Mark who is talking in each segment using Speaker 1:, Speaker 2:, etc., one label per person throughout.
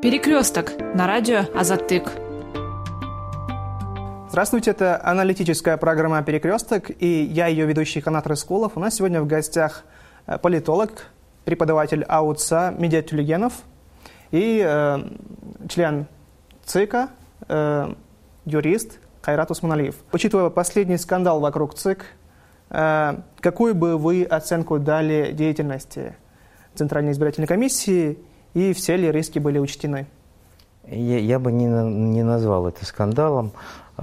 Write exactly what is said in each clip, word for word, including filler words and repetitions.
Speaker 1: Перекресток на радио Азаттык.
Speaker 2: Здравствуйте, это аналитическая программа «Перекресток», и я, ее ведущий Канат Рыскулов. У нас сегодня в гостях политолог, преподаватель АУЦА Медет Тюлегенов и э, член ЦИКа, э, юрист Кайрат Усманалиев. Учитывая последний скандал вокруг ЦИК, э, какую бы вы оценку дали деятельности Центральной избирательной комиссии и все ли риски были учтены?
Speaker 3: Я, я бы не, не назвал это скандалом,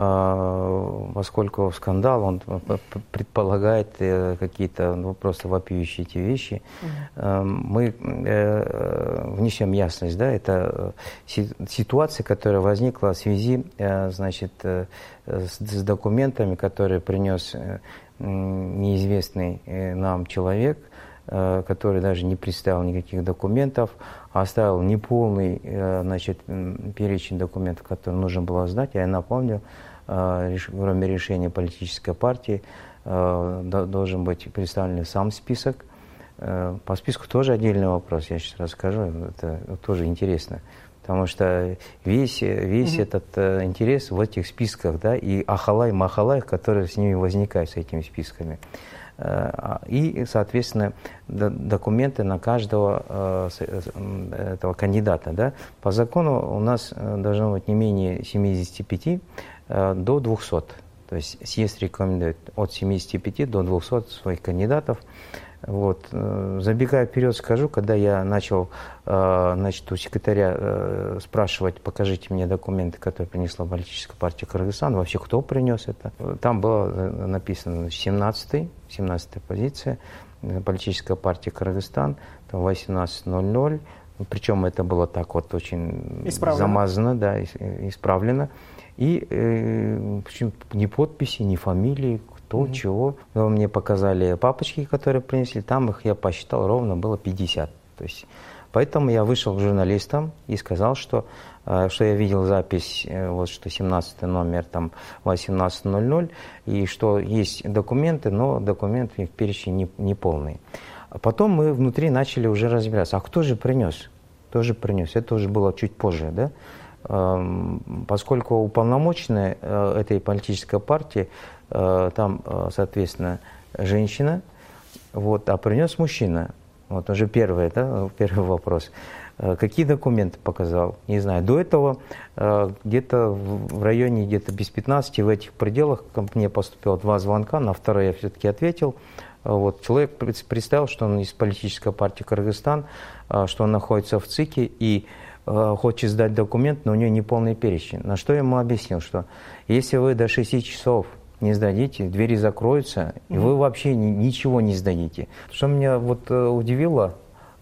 Speaker 3: поскольку скандал, он предполагает какие-то ну, просто вопиющие эти вещи. Mm-hmm. Мы внесем ясность, да, это ситуация, которая возникла в связи, значит, с документами, которые принес неизвестный нам человек, который даже не представил никаких документов, а оставил неполный, значит, перечень документов, которые нужно было сдать. Я напомню, кроме решения политической партии, должен быть представлен сам список. По списку тоже отдельный вопрос, я сейчас расскажу, это тоже интересно. Потому что весь, весь mm-hmm. этот интерес в этих списках, да, и ахалай-махалай, которые с ними возникают, с этими списками. И, соответственно, документы на каждого этого кандидата. Да? По закону у нас должно быть не менее семидесяти пяти до двухсот. То есть съезд рекомендует от семидесяти пяти до двухсот своих кандидатов. Вот. Забегая вперед, скажу, когда я начал, значит, у секретаря спрашивать, покажите мне документы, которые принесла политическая партия Кыргызстан, вообще кто принес это, там было написано семнадцатая позиция, политическая партия Кыргызстан, там восемнадцать ноль ноль, причем это было так вот очень исправлено. замазано, да, исправлено, и э, ни подписи, ни фамилии, то, mm-hmm. чего. Но мне показали папочки, которые принесли, там их я посчитал, ровно было пятьдесят. То есть, поэтому я вышел к журналистам и сказал, что, что я видел запись, вот, что семнадцатый номер, там, восемнадцать ноль ноль, и что есть документы, но документы в перечне не, не полные. А потом мы внутри начали уже разбираться, а кто же принес? Кто же принес? Это уже было чуть позже, да? Поскольку уполномоченная этой политической партии, там, соответственно, женщина, вот, а принес мужчина. Вот уже первый, да, первый вопрос. Какие документы показал? Не знаю. До этого где-то в районе где-то без пятнадцати, в этих пределах, ко мне поступило два звонка, на второй я все-таки ответил. Вот, человек представил, что он из политической партии Кыргызстан, что он находится в ЦИКе и хочет сдать документ, но у него неполный перечень. На что я ему объяснил, что если вы до шести часов не сдадите, двери закроются, и mm-hmm. вы вообще ни, ничего не сдадите. Что меня вот удивило,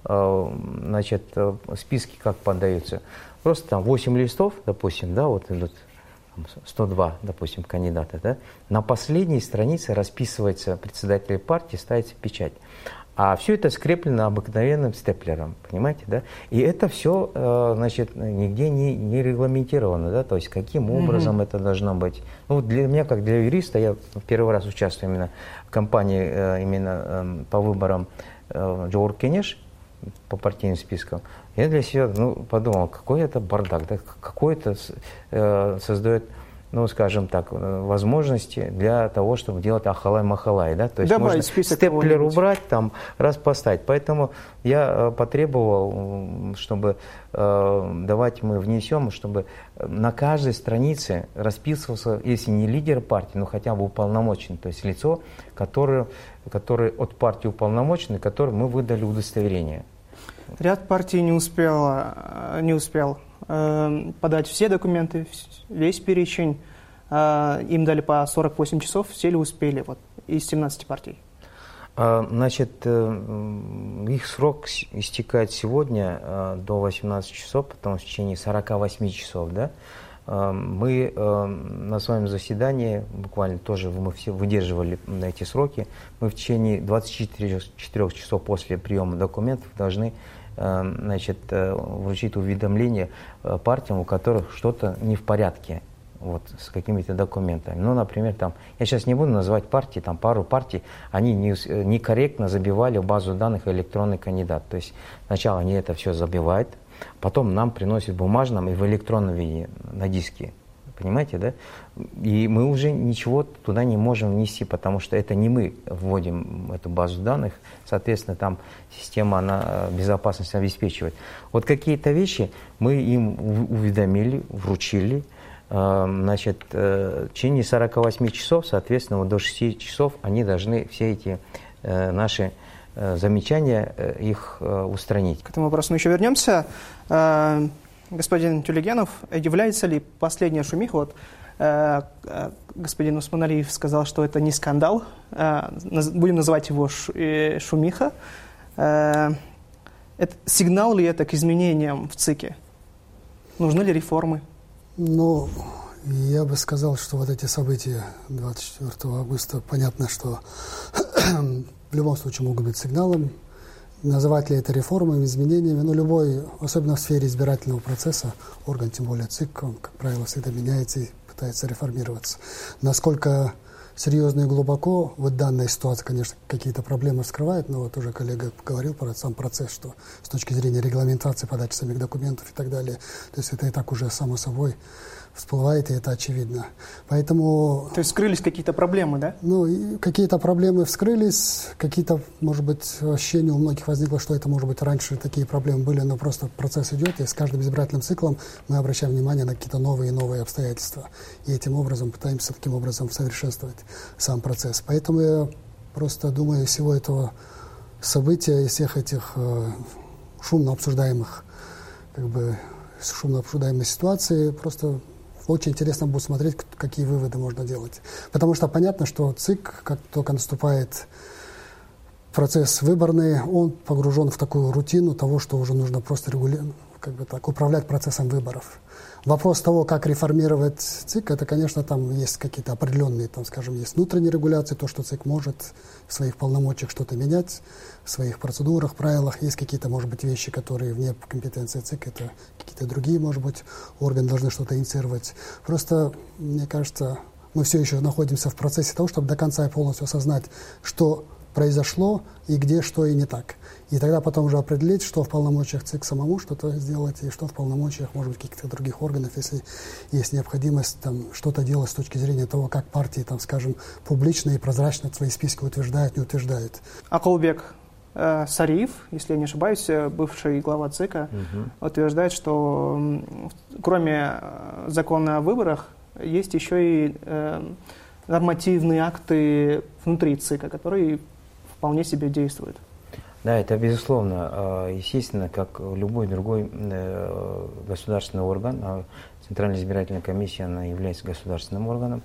Speaker 3: значит, списки как подаются. Просто там восемь листов, допустим, да, вот идут сто два, допустим, кандидата, да, на последней странице расписывается председатель партии, ставится печать. А все это скреплено обыкновенным степлером, понимаете, да? И это все, значит, нигде не, не регламентировано, да? То есть каким образом mm-hmm. это должно быть. Ну, для меня, как для юриста, я первый раз участвую именно в кампании именно по выборам Джоур Кенеш, по партийным спискам. Я для себя, ну, подумал, какой это бардак, да? Какой это создает, ну, скажем так, возможности для того, чтобы делать ахалай-махалай, да, то есть
Speaker 2: добавить
Speaker 3: можно степлер убрать, там, раз поставить. Поэтому я потребовал, чтобы э, давайте мы внесем, чтобы на каждой странице расписывался, если не лидер партии, но хотя бы уполномоченный, то есть лицо, которое, которое от партии уполномоченный, которому мы выдали удостоверение.
Speaker 2: Ряд партий не успел, не успел подать все документы, весь перечень. Им дали по сорок восемь часов, все ли успели вот, из семнадцати партий?
Speaker 3: Значит, их срок истекает сегодня до восемнадцати часов, потом в течение сорока восьми часов. Да? Мы на своем заседании, буквально тоже мы все выдерживали эти сроки, мы в течение двадцати четырёх часов после приема документов должны, значит, вручить уведомление партиям, у которых что-то не в порядке вот, с какими-то документами. Ну, например, там, я сейчас не буду называть партии, там пару партий, они не, некорректно забивали в базу данных электронный кандидат. То есть сначала они это все забивают, потом нам приносят в бумажном и в электронном виде на диске. Понимаете, да? И мы уже ничего туда не можем внести, потому что это не мы вводим эту базу данных, соответственно, там система она безопасность обеспечивает. Вот какие-то вещи мы им уведомили, вручили, значит, в течение сорока восьми часов, соответственно, вот до шести часов они должны все эти наши замечания их устранить.
Speaker 2: К этому вопросу мы еще вернемся. Господин Тюлегенов, является ли последняя шумиха, вот э, э, господин Усманалиев сказал, что это не скандал, э, наз, будем называть его ш, э, шумиха, э, это, сигнал ли это к изменениям в ЦИКе? Нужны ли реформы?
Speaker 4: Ну, я бы сказал, что вот эти события двадцать четвёртого августа, понятно, что в любом случае могут быть сигналом. Называть ли это реформами, изменениями, но любой, особенно в сфере избирательного процесса, орган, тем более ЦИК, он, как правило, всегда меняется и пытается реформироваться. Насколько серьезно и глубоко вот данная ситуация, конечно, какие-то проблемы скрывает, но вот уже коллега говорил про сам процесс, что с точки зрения регламентации, подачи самих документов и так далее, то есть это и так уже само собой всплывает, и это очевидно. Поэтому...
Speaker 2: То есть скрылись какие-то проблемы, да?
Speaker 4: Ну, и какие-то проблемы вскрылись, какие-то, может быть, ощущения у многих возникло, что это, может быть, раньше такие проблемы были, но просто процесс идет, и с каждым избирательным циклом мы обращаем внимание на какие-то новые и новые обстоятельства. И этим образом пытаемся таким образом совершенствовать сам процесс. Поэтому я просто думаю, из всего этого события, из всех этих э, шумно обсуждаемых, как бы, шумно обсуждаемой ситуации, просто... Очень интересно будет смотреть, какие выводы можно делать. Потому что понятно, что ЦИК, как только наступает процесс выборный, он погружен в такую рутину того, что уже нужно просто регулировать, как бы так, управлять процессом выборов. Вопрос того, как реформировать ЦИК, это, конечно, там есть какие-то определенные, там, скажем, есть внутренние регуляции, то, что ЦИК может в своих полномочиях что-то менять, в своих процедурах, правилах. Есть какие-то, может быть, вещи, которые вне компетенции ЦИК, это какие-то другие, может быть, органы должны что-то инициировать. Просто, мне кажется, мы все еще находимся в процессе того, чтобы до конца и полностью осознать, что произошло и где что и не так. И тогда потом уже определить, что в полномочиях ЦИК самому что-то сделать, и что в полномочиях, может быть, каких-то других органов, если есть необходимость там, что-то делать с точки зрения того, как партии, там, скажем, публично и прозрачно свои списки утверждают, не утверждают.
Speaker 2: Акулбек э, Сариев, если я не ошибаюсь, бывший глава ЦИКа, угу. утверждает, что кроме закона о выборах есть еще и э, нормативные акты внутри ЦИКа, которые вполне себе действуют.
Speaker 3: Да, это безусловно. Естественно, как любой другой государственный орган, Центральная избирательная комиссия, она является государственным органом,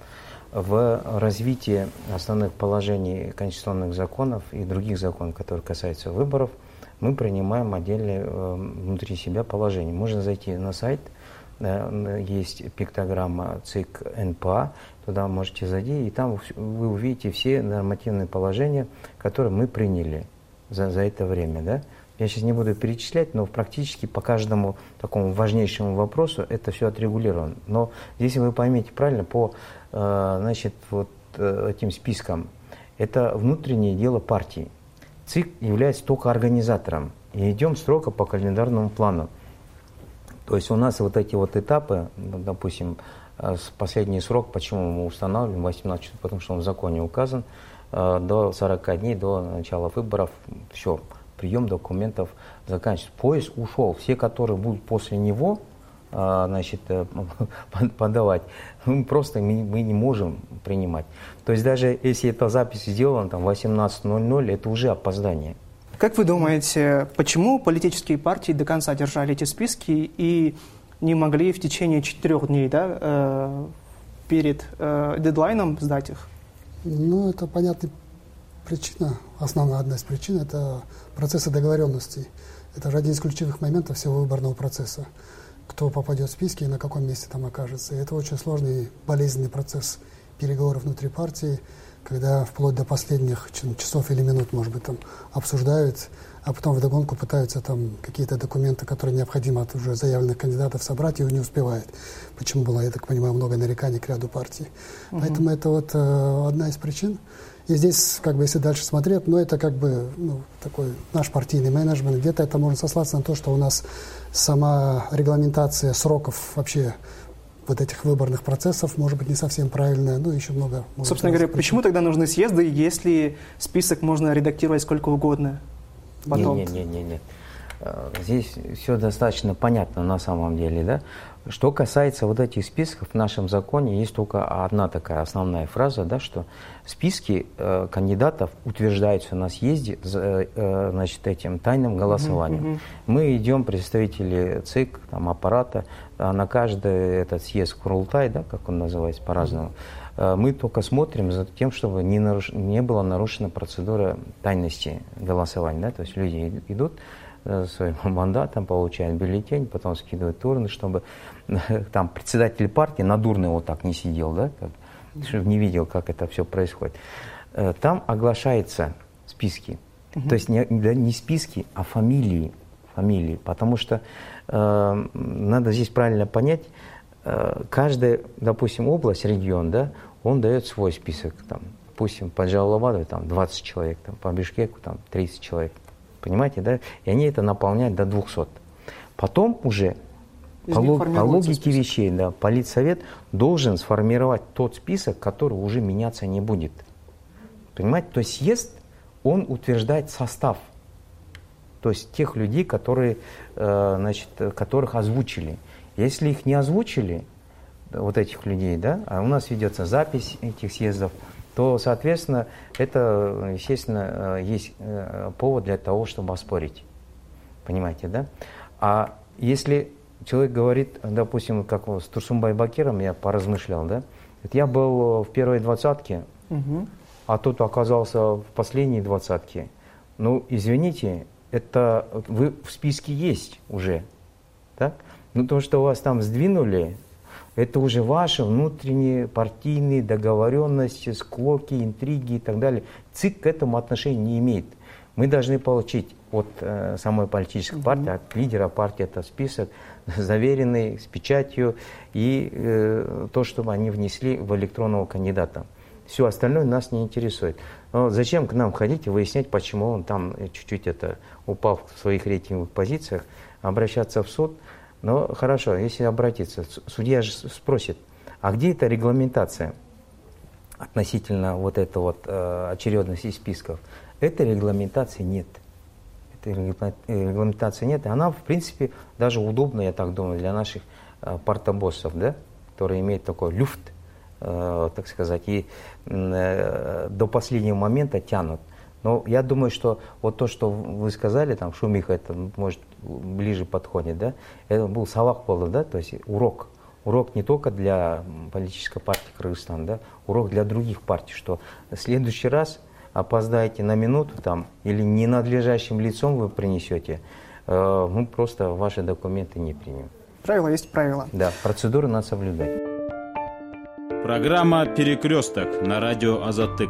Speaker 3: в развитии основных положений конституционных законов и других законов, которые касаются выборов, мы принимаем отдельные внутри себя положения. Можно зайти на сайт, есть пиктограмма ЦИК эн пэ а, туда можете зайти, и там вы увидите все нормативные положения, которые мы приняли за, за это время. Да? Я сейчас не буду перечислять, но практически по каждому такому важнейшему вопросу это все отрегулировано. Но если вы поймете правильно, по значит, вот этим спискам, это внутреннее дело партии. ЦИК является только организатором, и идем строго по календарному плану. То есть у нас вот эти вот этапы, допустим, последний срок, почему мы устанавливаем восемнадцать часов, потому что он в законе указан, до сорока дней до начала выборов, все, прием документов заканчивается. Поезд ушел, все, которые будут после него, значит, подавать, мы просто мы, мы не можем принимать. То есть даже если эта запись сделана там восемнадцать ноль ноль, это уже опоздание.
Speaker 2: Как вы думаете, почему политические партии до конца держали эти списки и не могли в течение четырех дней, да, э, перед э, дедлайном сдать их?
Speaker 4: Ну, это понятная причина, основная одна из причин, это процессы договоренностей. Это же один из ключевых моментов всего выборного процесса. Кто попадет в списки и на каком месте там окажется. И это очень сложный, болезненный процесс переговоров внутри партии, когда вплоть до последних часов или минут, может быть, там обсуждают, а потом вдогонку пытаются там какие-то документы, которые необходимо от уже заявленных кандидатов собрать, и не успевает. Почему было, я так понимаю, много нареканий к ряду партий. Угу. Поэтому это вот э, одна из причин. И здесь, как бы, если дальше смотреть, ну, это как бы ну, такой наш партийный менеджмент. Где-то это можно сослаться на то, что у нас сама регламентация сроков вообще вот этих выборных процессов может быть не совсем правильная, ну, еще много...
Speaker 2: Собственно говоря, причин. Почему тогда нужны съезды, если список можно редактировать сколько угодно? Потом...
Speaker 3: Нет, нет, нет, нет. Здесь все достаточно понятно на самом деле, да? Что касается вот этих списков, в нашем законе есть только одна такая основная фраза, да, что списки э, кандидатов утверждаются на съезде э, значит, этим тайным голосованием. Uh-huh, uh-huh. Мы идем, представители ЦИК, там, аппарата, а на каждый этот съезд Курултай, да, как он называется по-разному, uh-huh. э, мы только смотрим за тем, чтобы не, наруш... не была нарушена процедура тайности голосования. Да? То есть люди идут своим мандатом, получают бюллетень, потом скидывают в урны, чтобы там председатель партии надурно вот так не сидел, да, как, чтобы не видел, как это все происходит. Там оглашаются списки. Uh-huh. То есть не, не списки, а фамилии. фамилии. Потому что э, надо здесь правильно понять, э, каждая, допустим, область, регион, да, он дает свой список. Там, допустим, по Джалалабаду там двадцать человек, там, по Бишкеку там тридцать человек. Понимаете, да? И они это наполняют до двухсот. Потом уже по, лог, по логике список. вещей, да, политсовет должен сформировать тот список, который уже меняться не будет. Понимаете? То есть съезд, он утверждает состав. То есть тех людей, которые, э, значит, которых озвучили. Если их не озвучили, вот этих людей, да, а у нас ведется запись этих съездов, то, соответственно, это, естественно, есть повод для того, чтобы оспорить. Понимаете, да? А если человек говорит, допустим, как с Турсунбай Бакиром, я поразмышлял, да? Я был в первой двадцатке, угу. а тут оказался в последней двадцатке. Ну, извините, это вы в списке есть уже, так? Ну, то, что вас там сдвинули, это уже ваши внутренние партийные договоренности, склоки, интриги и так далее. ЦИК к этому отношения не имеет. Мы должны получить от э, самой политической mm-hmm. партии, от лидера партии этот список, заверенный, с печатью, и э, то, чтобы они внесли в электронного кандидата. Все остальное нас не интересует. Но зачем к нам ходить и выяснять, почему он там чуть-чуть это упал в своих рейтинговых позициях, обращаться в суд? Но хорошо, если обратиться, судья же спросит, а где эта регламентация относительно вот этой вот э, очередности списков? Этой регламентации нет. Этой регламентации нет. И она, в принципе, даже удобна, я так думаю, для наших э, партобоссов, да, которые имеют такой люфт, э, так сказать, и э, до последнего момента тянут. Но я думаю, что вот то, что вы сказали, там, шумиха, это, может, ближе подходит, да, это был сабак болды, да, то есть урок. Урок не только для политической партии Кыргызстана, да, урок для других партий, что в следующий раз опоздаете на минуту там, или ненадлежащим лицом вы принесете, э, мы просто ваши документы не примем.
Speaker 2: Правило есть правило.
Speaker 3: Да, процедуру надо соблюдать.
Speaker 5: Программа «Перекресток» на радио Азаттык.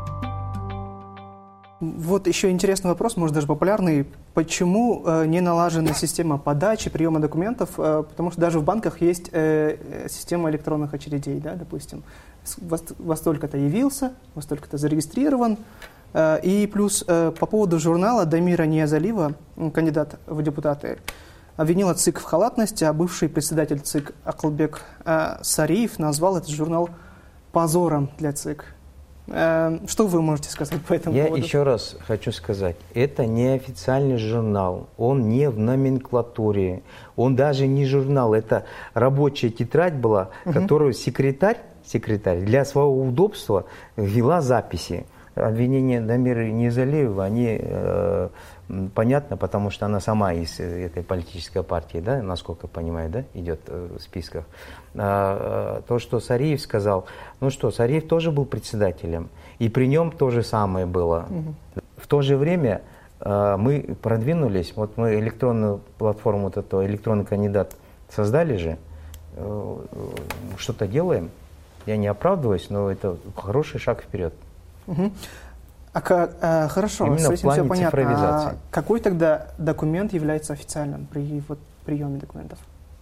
Speaker 2: Вот еще интересный вопрос, может даже популярный. Почему э, не налажена система подачи, приема документов? Э, потому что даже в банках есть э, система электронных очередей, да, допустим. Во, во столько-то явился, во столько-то зарегистрирован. Э, и плюс э, по поводу журнала Дамира Ниязалиева, кандидат в депутаты, обвинила ЦИК в халатности, а бывший председатель ЦИК Акылбек э, Сариев назвал этот журнал позором для ЦИК. Что вы можете сказать по этому
Speaker 3: Я
Speaker 2: поводу? Я еще
Speaker 3: раз хочу сказать, это не официальный журнал, он не в номенклатуре, он даже не журнал, это рабочая тетрадь была, угу. которую секретарь, секретарь для своего удобства вела записи. Обвинения Дамира Ниязалиева, они э, понятны, потому что она сама из этой политической партии, да, насколько я понимаю, да, идет в списках. А, то, что Сариев сказал, ну что, Сариев тоже был председателем, и при нем то же самое было. Угу. В то же время э, мы продвинулись, вот мы электронную платформу, вот эту электронный кандидат создали же, э, что-то делаем, я не оправдываюсь, но это хороший шаг вперед.
Speaker 2: Угу. А как, а, хорошо,
Speaker 3: Именно
Speaker 2: с
Speaker 3: в
Speaker 2: этим
Speaker 3: плане
Speaker 2: все понятно.
Speaker 3: цифровизации.
Speaker 2: А какой тогда документ является официальным при вот, приеме документов?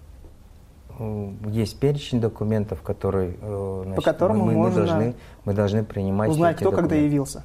Speaker 3: Есть перечень документов, которые, значит,
Speaker 2: по которому
Speaker 3: мы,
Speaker 2: можно
Speaker 3: мы, должны, мы должны принимать
Speaker 2: узнать,
Speaker 3: эти
Speaker 2: кто
Speaker 3: документы.
Speaker 2: когда явился.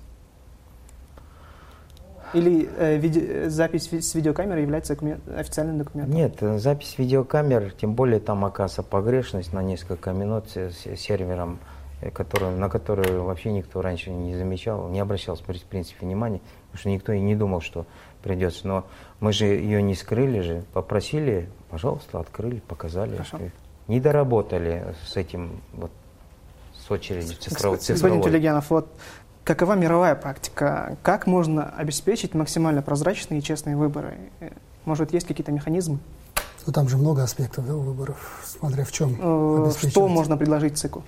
Speaker 2: Или э, виде, запись с видеокамеры является документ, официальным документом?
Speaker 3: Нет, запись видеокамер, тем более там оказывается погрешность на несколько минут с сервером, который, на который вообще никто раньше не замечал, не обращал в принципе внимания, потому что никто и не думал, что придется. Но мы же ее не скрыли же, попросили, пожалуйста, открыли, показали.
Speaker 2: Хорошо.
Speaker 3: Не доработали с этим, вот, с очередью цифровой.
Speaker 2: Господин Тюлегенов, вот какова мировая практика? Как можно обеспечить максимально прозрачные и честные выборы? Может, есть какие-то механизмы?
Speaker 4: Ну, там же много аспектов, да, у выборов, смотря в чем.
Speaker 2: Что можно предложить ЦИКу?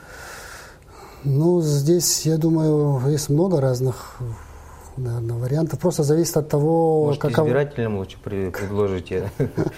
Speaker 4: Ну, здесь, я думаю, есть много разных, наверное, вариантов. Просто зависит от того,
Speaker 3: может,
Speaker 4: каков...
Speaker 3: избирателям лучше предложите.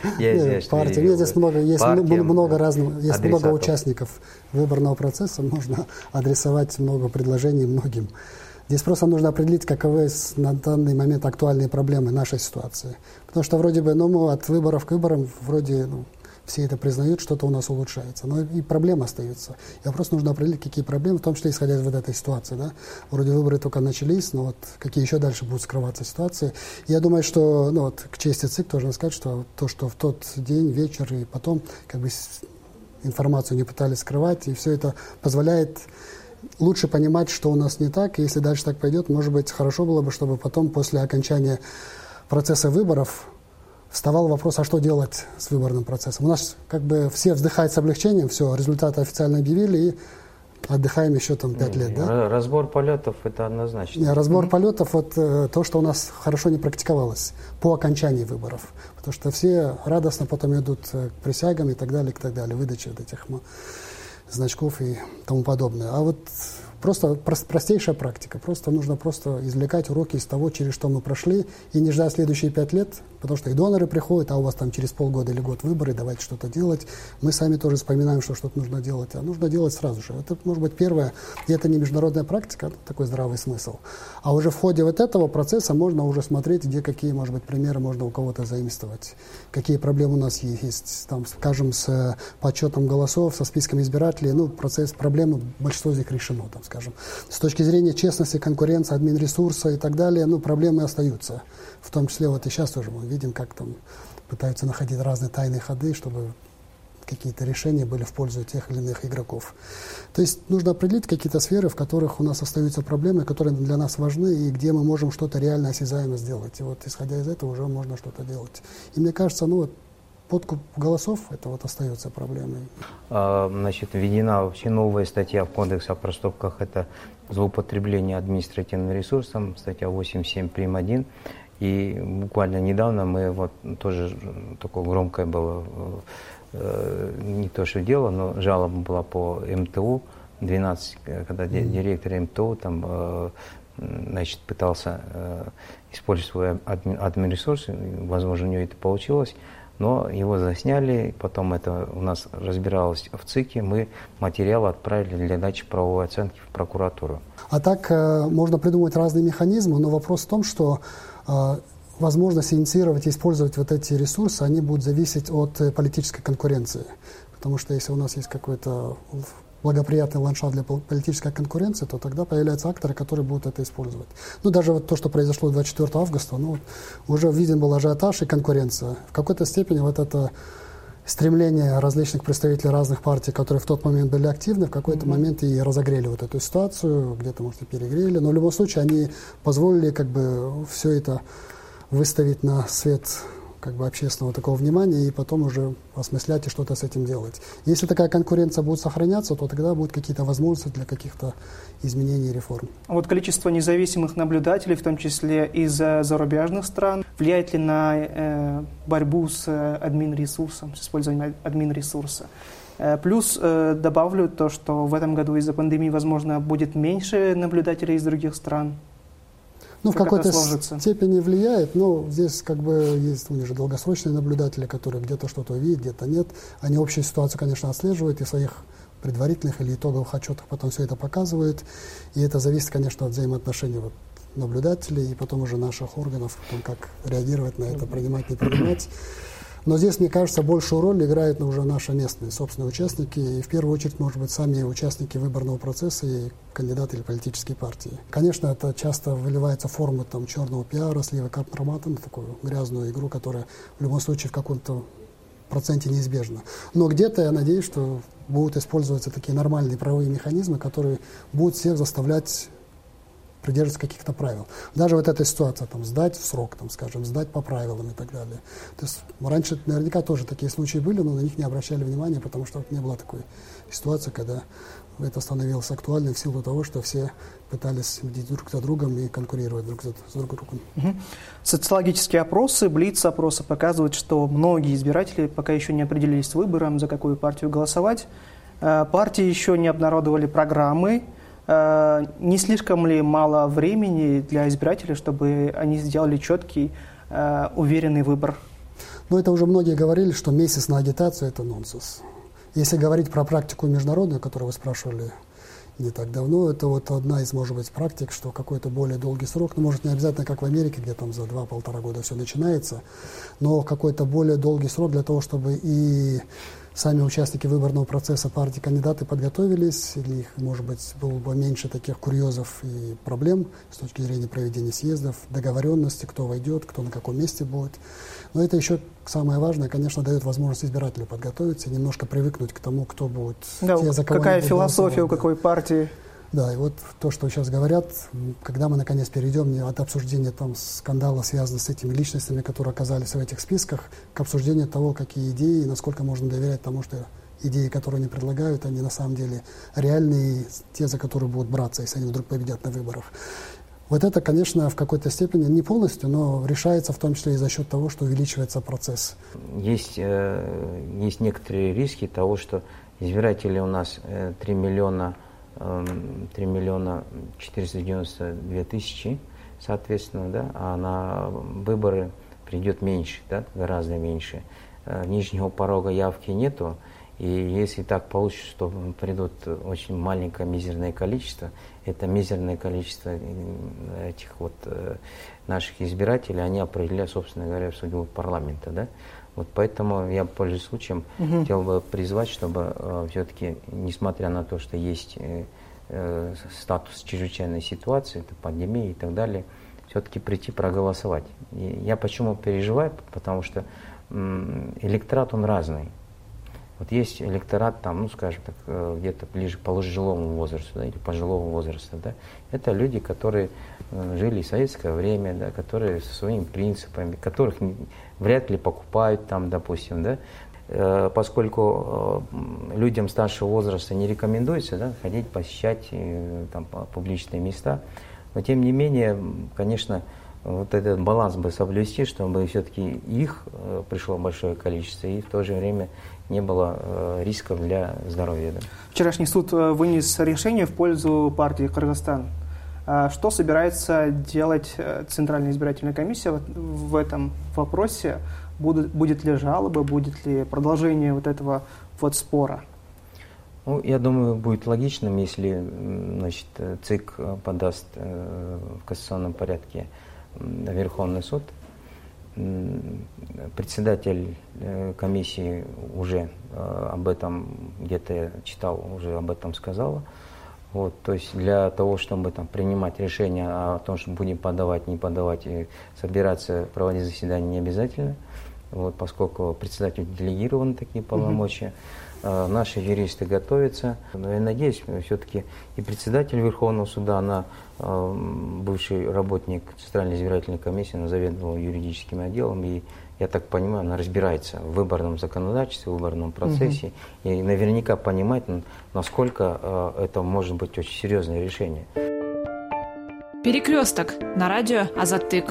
Speaker 3: Я
Speaker 4: партия. Нет, здесь много, есть много разных, есть много участников выборного процесса, можно адресовать много предложений многим. Здесь просто нужно определить, каковы на данный момент актуальные проблемы нашей ситуации. Потому что вроде бы, ну, мы от выборов к выборам вроде, ну, все это признают, что-то у нас улучшается. Но и проблемы остаются. И просто нужно определить, какие проблемы, в том числе исходя из вот этой ситуации. Да? Вроде выборы только начались, но вот какие еще дальше будут скрываться ситуации. Я думаю, что, ну, вот, к чести ЦИК должен сказать, что то, что в тот день, вечер и потом как бы информацию не пытались скрывать, и все это позволяет лучше понимать, что у нас не так. И если дальше так пойдет, может быть, хорошо было бы, чтобы потом, после окончания процесса выборов, вставал вопрос, а что делать с выборным процессом. У нас как бы все вздыхают с облегчением, все, результаты официально объявили, и отдыхаем еще там пять лет. Да?
Speaker 3: Разбор полетов – это однозначно.
Speaker 4: Не, разбор mm-hmm. полетов – вот э, то, что у нас хорошо не практиковалось по окончании выборов. Потому что все радостно потом идут к присягам и так далее, и так далее, выдача вот этих значков и тому подобное. А вот просто простейшая практика. Просто нужно просто извлекать уроки из того, через что мы прошли, и не ждать следующие пять лет, потому что и доноры приходят, а у вас там через полгода или год выборы, давайте что-то делать. Мы сами тоже вспоминаем, что что-то нужно делать, а нужно делать сразу же. Это может быть первое, и это не международная практика, такой здравый смысл. А уже в ходе вот этого процесса можно уже смотреть, где какие, может быть, примеры можно у кого-то заимствовать, какие проблемы у нас есть, там, скажем, с подсчетом голосов, со списком избирателей, ну, процесс, проблемы, большинство из них решено, там, скажем. С точки зрения честности, конкуренции, админресурса и так далее, ну, проблемы остаются. В том числе вот и сейчас тоже мы видим, как там пытаются находить разные тайные ходы, чтобы какие-то решения были в пользу тех или иных игроков. То есть нужно определить какие-то сферы, в которых у нас остаются проблемы, которые для нас важны, и где мы можем что-то реально осязаемо сделать. И вот исходя из этого уже можно что-то делать. И мне кажется, ну вот подкуп голосов, это вот остается проблемой.
Speaker 3: А, значит, введена вообще новая статья в Кодексе о проступках, это злоупотребление административным ресурсом, статья восемьдесят семь прим. один. И буквально недавно мы вот тоже такое громкое было, э, не то что дело, но жалоба была по эм тэ у двенадцать, когда mm-hmm. директор эм тэ у там, э, значит, пытался э, использовать свой адми, админресурс, возможно, у него это получилось, но его засняли, потом это у нас разбиралось в ЦИКе, мы материал отправили для дачи правовой оценки в прокуратуру.
Speaker 4: А так э, можно придумать разные механизмы, но вопрос в том, что э, возможность инициировать и использовать вот эти ресурсы, они будут зависеть от э, политической конкуренции. Потому что если у нас есть какой-то благоприятный ландшафт для политической конкуренции, то тогда появляются акторы, которые будут это использовать. Ну, даже вот то, что произошло двадцать четвёртого августа, ну, уже виден был ажиотаж и конкуренция. В какой-то степени вот это стремление различных представителей разных партий, которые в тот момент были активны, в какой-то mm-hmm. момент и разогрели вот эту ситуацию, где-то, может, и перегрели, но в любом случае они позволили как бы все это выставить на свет как бы общественного такого внимания и потом уже осмыслять и что-то с этим делать. Если такая конкуренция будет сохраняться, то тогда будут какие-то возможности для каких-то изменений и реформ.
Speaker 2: А вот количество независимых наблюдателей, в том числе из зарубежных стран, влияет ли на э, борьбу с админресурсом, с использованием админресурса? Э, плюс э, добавлю то, что в этом году из-за пандемии, возможно, будет меньше наблюдателей из других стран.
Speaker 4: Ну, в какой-то степени влияет, но здесь как бы есть у них же долгосрочные наблюдатели, которые где-то что-то видят, где-то нет. Они общую ситуацию, конечно, отслеживают и своих предварительных или итоговых отчетах потом все это показывают. И это зависит, конечно, от взаимоотношений вот, наблюдателей и потом уже наших органов, потом как реагировать на это, принимать, не принимать. Но здесь, мне кажется, большую роль играют уже наши местные собственные участники, и в первую очередь, может быть, сами участники выборного процесса и кандидаты или политические партии. Конечно, это часто выливается в форму там, черного пиара, слива компромата, на такую грязную игру, которая в любом случае в каком-то проценте неизбежна. Но где-то я надеюсь, что будут использоваться такие нормальные правовые механизмы, которые будут всех заставлять придерживаться каких-то правил. Даже вот эта ситуация, там, сдать в срок, там, скажем, сдать по правилам и так далее. То есть раньше наверняка тоже такие случаи были, но на них не обращали внимания, потому что не было такой ситуации, когда это становилось актуальным в силу того, что все пытались бдить друг за другом и конкурировать друг за, с друг другом.
Speaker 2: Угу. Социологические опросы, блиц-опросы показывают, что многие избиратели пока еще не определились с выбором, за какую партию голосовать. Партии еще не обнародовали программы. Не слишком ли мало времени для избирателей, чтобы они сделали четкий, уверенный выбор?
Speaker 4: Ну, это уже многие говорили, что месяц на агитацию – это нонсенс. Если говорить про практику международную, которую вы спрашивали не так давно, это вот одна из, может быть, практик, что какой-то более долгий срок, ну, может, не обязательно, как в Америке, где там за два-полтора года все начинается, но какой-то более долгий срок для того, чтобы и сами участники выборного процесса, партии, кандидаты подготовились, или их, может быть, было бы меньше таких курьезов и проблем с точки зрения проведения съездов, договоренности, кто войдет, кто на каком месте будет. Но это еще самое важное, конечно, дает возможность избирателю подготовиться, немножко привыкнуть к тому, кто будет.
Speaker 2: Да,
Speaker 4: те, за кого
Speaker 2: какая
Speaker 4: они
Speaker 2: философия у
Speaker 4: да.
Speaker 2: какой партии.
Speaker 4: Да, и вот то, что сейчас говорят, когда мы наконец перейдем от обсуждения там скандала, связанных с этими личностями, которые оказались в этих списках, к обсуждению того, какие идеи и насколько можно доверять тому, что идеи, которые они предлагают, они на самом деле реальные, те, за которые будут браться, если они вдруг победят на выборах. Вот это, конечно, в какой-то степени не полностью, но решается в том числе и за счет того, что увеличивается процесс.
Speaker 3: Есть, э, есть некоторые риски того, что избиратели у нас э, три миллиона четыреста девяносто две тысячи, соответственно, да, а на выборы придет меньше, да, гораздо меньше. Нижнего порога явки нету, и если так получится, что придут очень маленькое мизерное количество, это мизерное количество этих вот наших избирателей, они определяют, собственно говоря, судьбу парламента, да. Вот поэтому я, пользуясь случаем, угу. хотел бы призвать, чтобы э, все-таки, несмотря на то, что есть э, э, статус чрезвычайной ситуации, это пандемия и так далее, все-таки прийти проголосовать. И я почему переживаю? Потому что э, электорат, он разный. Вот есть электорат, там, ну, скажем так, э, где-то ближе к пожилому возрасту, да, или пожилого возраста. Да. Это люди, которые э, жили в советское время, да, которые со своими принципами, которых не, вряд ли покупают там, допустим, да, э, поскольку э, людям старшего возраста не рекомендуется, да, ходить, посещать э, там, публичные места, но тем не менее, конечно, вот этот баланс бы соблюсти, чтобы все-таки их э, пришло большое количество, и в то же время не было э, рисков для здоровья. Да.
Speaker 2: Вчерашний суд вынес решение в пользу партии «Кыргызстан». Что собирается делать Центральная избирательная комиссия в этом вопросе? Будут, будет ли жалоба, будет ли продолжение вот этого вот спора?
Speaker 3: Ну, я думаю, будет логичным, если, значит, ЦИК подаст в кассационном порядке в Верховный суд. Председатель комиссии уже об этом, где-то я читал, уже об этом сказала. Вот, то есть для того, чтобы там, принимать решение о том, что будем подавать, не подавать, и собираться, проводить заседание не обязательно, вот, поскольку председатель делегирован такие полномочия. Uh-huh. Наши юристы готовятся. Но я надеюсь, все-таки и председатель Верховного суда, она бывший работник Центральной избирательной комиссии, она заведовала юридическим отделом, и, я так понимаю, она разбирается в выборном законодательстве, в выборном процессе, угу. и наверняка понимает, насколько это может быть очень серьезное решение.
Speaker 1: Перекресток на радио Азаттык.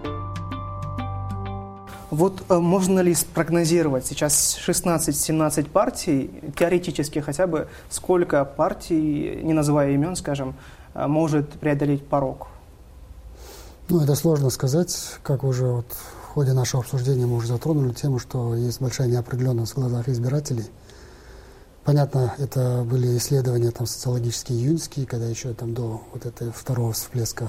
Speaker 2: Вот можно ли спрогнозировать сейчас шестнадцать-семнадцать партий, теоретически хотя бы, сколько партий, не называя имен, скажем, может преодолеть порог?
Speaker 4: Ну, это сложно сказать. Как уже вот в ходе нашего обсуждения мы уже затронули тему, что есть большая неопределенность в глазах избирателей. понятно, это были исследования там, социологические, июньские, когда еще там, до вот этого второго всплеска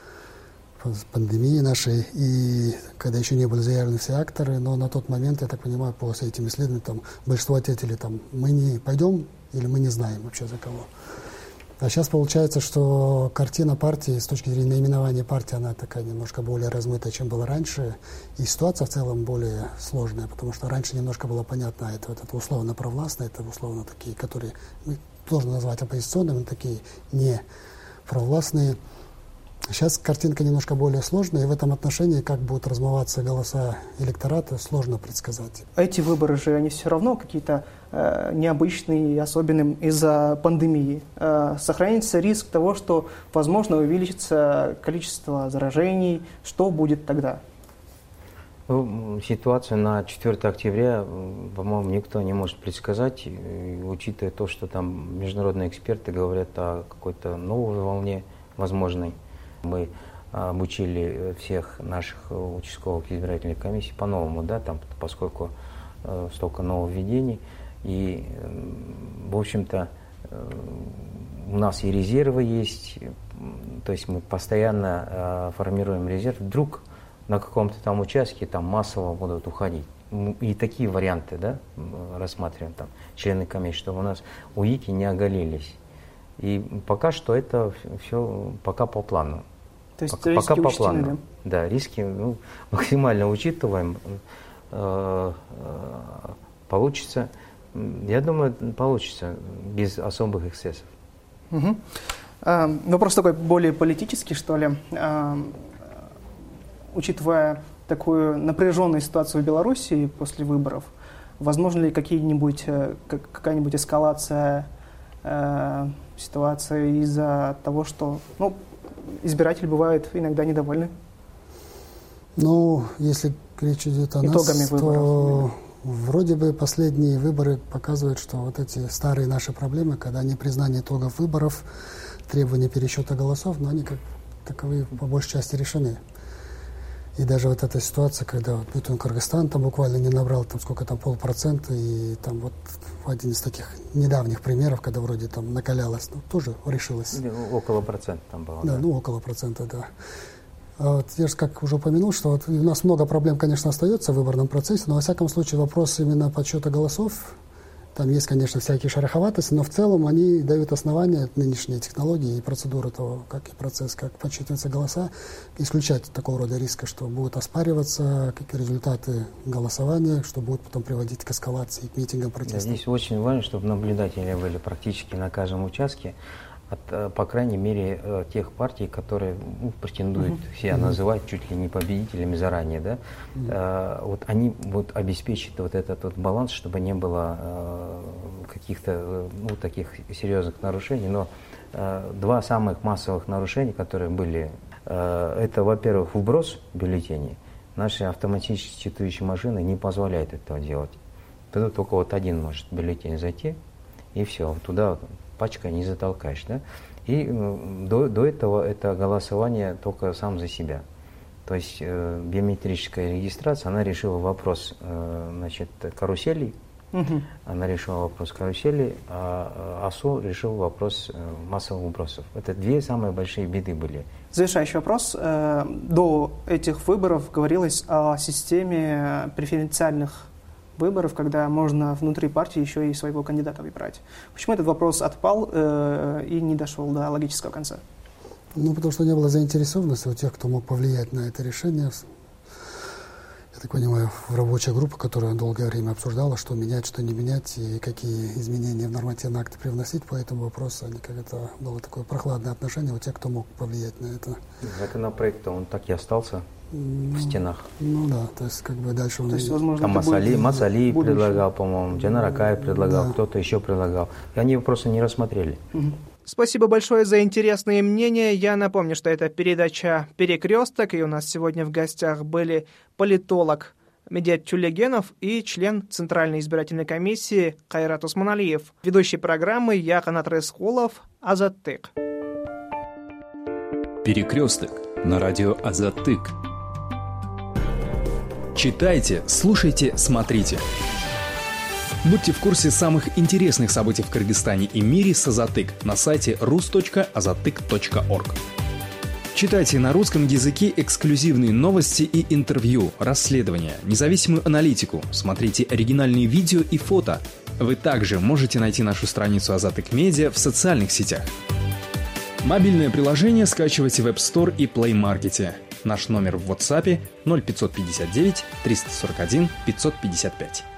Speaker 4: пандемии нашей, и когда еще не были заявлены все акторы, но на тот момент, я так понимаю, по этим исследованиям, там, большинство ответили, там, мы не пойдем или мы не знаем вообще за кого. А сейчас получается, что картина партии с точки зрения наименования партии, она такая немножко более размытая, чем была раньше, и ситуация в целом более сложная, потому что раньше немножко было понятно, это, вот, это условно провластные, это условно такие, которые мы сложно назвать оппозиционными, такие не провластные. Сейчас картинка немножко более сложная, и в этом отношении, как будут размываться голоса электората, сложно предсказать.
Speaker 2: Эти выборы же, они все равно какие-то э, необычные и особенные из-за пандемии. Э, сохранится риск того, что, возможно, увеличится количество заражений. Что будет тогда?
Speaker 3: Ну, ситуацию на четвёртое октября, по-моему, никто не может предсказать, и, учитывая то, что там международные эксперты говорят о какой-то новой волне возможной. Мы обучили всех наших участковых избирательных комиссий по-новому, да, там, поскольку э, столько нововведений. И, э, в общем-то, э, у нас и резервы есть, то есть мы постоянно э, формируем резерв. Вдруг на каком-то там участке там массово будут уходить. И такие варианты, да, рассматриваем там члены комиссии, чтобы у нас УИКи не оголились. И пока что это все пока по плану.
Speaker 2: То есть
Speaker 3: пока,
Speaker 2: риски
Speaker 3: пока по
Speaker 2: учтены,
Speaker 3: плану. Да? Да, риски ну, максимально учитываем. Э, э, получится, я думаю, получится без особых эксцессов.
Speaker 2: Угу. А, вопрос такой более политический, что ли. А, учитывая такую напряженную ситуацию в Беларуси после выборов, возможно ли какие-нибудь, какая-нибудь эскалация э, ситуации из-за того, что ну, избиратели бывают иногда недовольны?
Speaker 4: Ну, если речь идет о
Speaker 2: итогами
Speaker 4: нас,
Speaker 2: выборов,
Speaker 4: то вроде бы последние выборы показывают, что вот эти старые наши проблемы, когда непризнание итогов выборов, требования пересчета голосов, но они как таковые по большей части решены. И даже вот эта ситуация, когда вот Бютун Кыргызстан там буквально не набрал там сколько там полпроцента, и там вот один из таких недавних примеров, когда вроде там накалялось, ну, тоже решилось.
Speaker 3: Около процента там было.
Speaker 4: Да,
Speaker 3: да,
Speaker 4: ну около процента, да. А вот я же как уже упомянул, что вот у нас много проблем, конечно, остается в выборном процессе, но во всяком случае вопрос именно подсчета голосов, там есть, конечно, всякие шероховатости, но в целом они дают основания, нынешние технологии и процедуры того, как и процесс, как подсчитываются голоса, исключать такого рода риска, что будут оспариваться какие результаты голосования, что будет потом приводить к эскалации, к митингам, протестам.
Speaker 3: Да, здесь очень важно, чтобы наблюдатели были практически на каждом участке, от, по крайней мере, тех партий, которые ну, претендуют uh-huh. себя uh-huh. называть чуть ли не победителями заранее, да, uh-huh. а, вот они вот обеспечат вот этот вот баланс, чтобы не было а, каких-то ну, таких серьезных нарушений. Но а, два самых массовых нарушения, которые были, а, это, во-первых, вброс бюллетеней. Наши автоматически считывающие машины не позволяют этого делать. Туда только вот один может бюллетень зайти, и все, туда пачкой не затолкаешь, да? И э, до, до этого это голосование только сам за себя. То есть э, биометрическая регистрация, она решила вопрос э, значит, каруселей, угу. она решила вопрос каруселей, а АСО решил вопрос э, массовых вбросов. Это две самые большие беды были.
Speaker 2: Завершающий вопрос. До этих выборов говорилось о системе преференциальных выборов, когда можно внутри партии еще и своего кандидата выбирать. Почему этот вопрос отпал э, и не дошел до логического конца?
Speaker 4: Ну, потому что не было заинтересованности у тех, кто мог повлиять на это решение. Я так понимаю, в рабочая группа, которая долгое время обсуждала, что менять, что не менять, и какие изменения в нормативные акты привносить по этому вопросу, они как это было такое прохладное отношение у тех, кто мог повлиять на это.
Speaker 3: Законопроект, он так и остался.
Speaker 4: Ну,
Speaker 3: в стенах.
Speaker 4: Ну да, то есть как бы дальше он...
Speaker 2: То есть, возможно,
Speaker 3: там Масали, Масали
Speaker 2: будущее.
Speaker 3: предлагал, по-моему, Джанар Акаев предлагал, да. Кто-то еще предлагал. И они его просто не рассмотрели.
Speaker 2: Угу. Спасибо большое за интересные мнения. Я напомню, что это передача «Перекресток», и у нас сегодня в гостях были политолог Медет Тюлегенов и член Центральной избирательной комиссии Кайрат Усманалиев. Ведущий программы я, Канат Рыскулов, Азаттык.
Speaker 6: «Перекресток» на радио Азаттык. Читайте, слушайте, смотрите.
Speaker 7: Будьте в курсе самых интересных событий в Кыргызстане и мире с Азатык на сайте рус точка азатык точка орг. Читайте на русском языке эксклюзивные новости и интервью, расследования, независимую аналитику, смотрите оригинальные видео и фото. Вы также можете найти нашу страницу Азатык Медиа в социальных сетях. Мобильное приложение скачивайте в App Store и Play Market. Наш номер в WhatsApp ноль пятьсот пятьдесят девять триста сорок один пятьсот пятьдесят пять.